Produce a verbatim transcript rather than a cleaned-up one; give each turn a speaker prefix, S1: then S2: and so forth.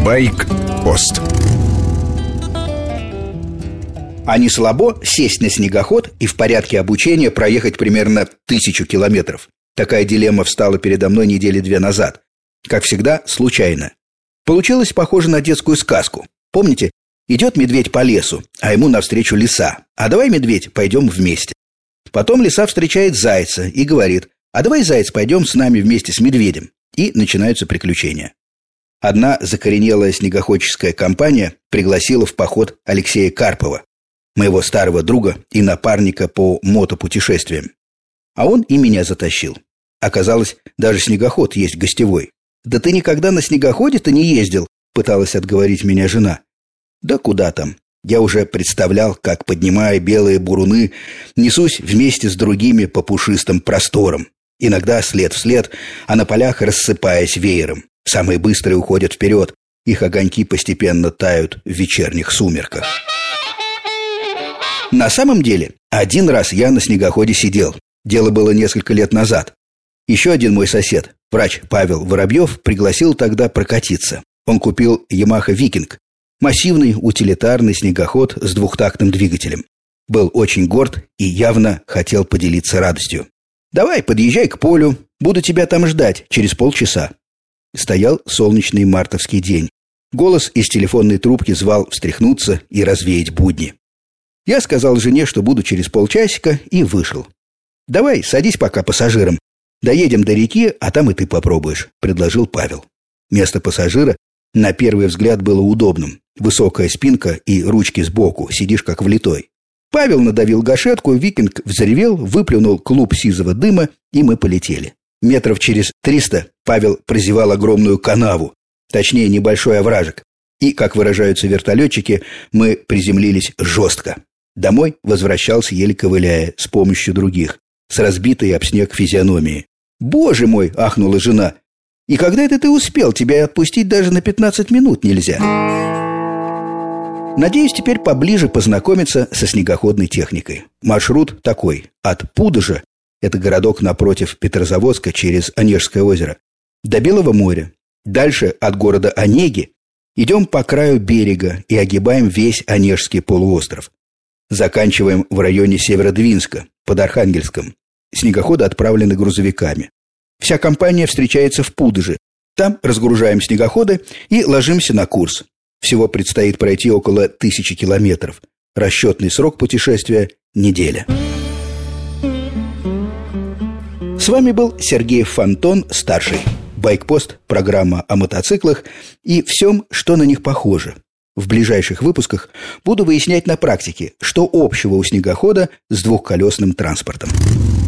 S1: Байк-пост.
S2: А не слабо сесть на снегоход и в порядке обучения проехать примерно тысячу километров. Такая дилемма встала передо мной недели две назад. Как всегда, случайно. Получилось похоже на детскую сказку. Помните, идет медведь по лесу, а ему навстречу лиса. А давай, медведь, пойдем вместе. Потом лиса встречает зайца и говорит: а давай, заяц, пойдем с нами вместе с медведем. И начинаются приключения. Одна закоренелая снегоходческая компания пригласила в поход Алексея Карпова, моего старого друга и напарника по мотопутешествиям. А он и меня затащил. Оказалось, даже снегоход есть гостевой. «Да ты никогда на снегоходе-то не ездил?» — пыталась отговорить меня жена. «Да куда там? Я уже представлял, как, поднимая белые буруны, несусь вместе с другими по пушистым просторам. Иногда след в след, а на полях рассыпаясь веером. Самые быстрые уходят вперед, их огоньки постепенно тают в вечерних сумерках». На самом деле, один раз я на снегоходе сидел. Дело было несколько лет назад. Еще один мой сосед, врач Павел Воробьев, пригласил тогда прокатиться. Он купил Yamaha Viking, массивный утилитарный снегоход с двухтактным двигателем. Был очень горд и явно хотел поделиться радостью. «Давай, подъезжай к полю, буду тебя там ждать через полчаса». Стоял солнечный мартовский день. Голос из телефонной трубки звал встряхнуться и развеять будни. Я сказал жене, что буду через полчасика, и вышел. «Давай, садись пока пассажиром. Доедем до реки, а там и ты попробуешь», — предложил Павел. Место пассажира на первый взгляд было удобным. Высокая спинка и ручки сбоку, сидишь как влитой. Павел надавил гашетку, Викинг взревел, выплюнул клуб сизого дыма, и мы полетели. Метров через триста Павел прозевал огромную канаву, точнее небольшой овражек. И, как выражаются вертолетчики, мы приземлились жестко. Домой возвращался, еле ковыляя, с помощью других, с разбитой об снег физиономией. «Боже мой!» – ахнула жена. «И когда это ты успел? Тебя отпустить даже на пятнадцать минут нельзя». Надеюсь, теперь поближе познакомиться со снегоходной техникой. Маршрут такой: от Пудожа, это городок напротив Петрозаводска через Онежское озеро, до Белого моря. Дальше от города Онеги идем по краю берега и огибаем весь Онежский полуостров. Заканчиваем в районе Северодвинска, под Архангельском. Снегоходы отправлены грузовиками. Вся компания встречается в Пудоже. Там разгружаем снегоходы и ложимся на курс. Всего предстоит пройти около тысячи километров. Расчетный срок путешествия – неделя. С вами был Сергей Фонтон, старший. Байкпост – программа о мотоциклах и всем, что на них похоже. В ближайших выпусках буду выяснять на практике, что общего у снегохода с двухколесным транспортом.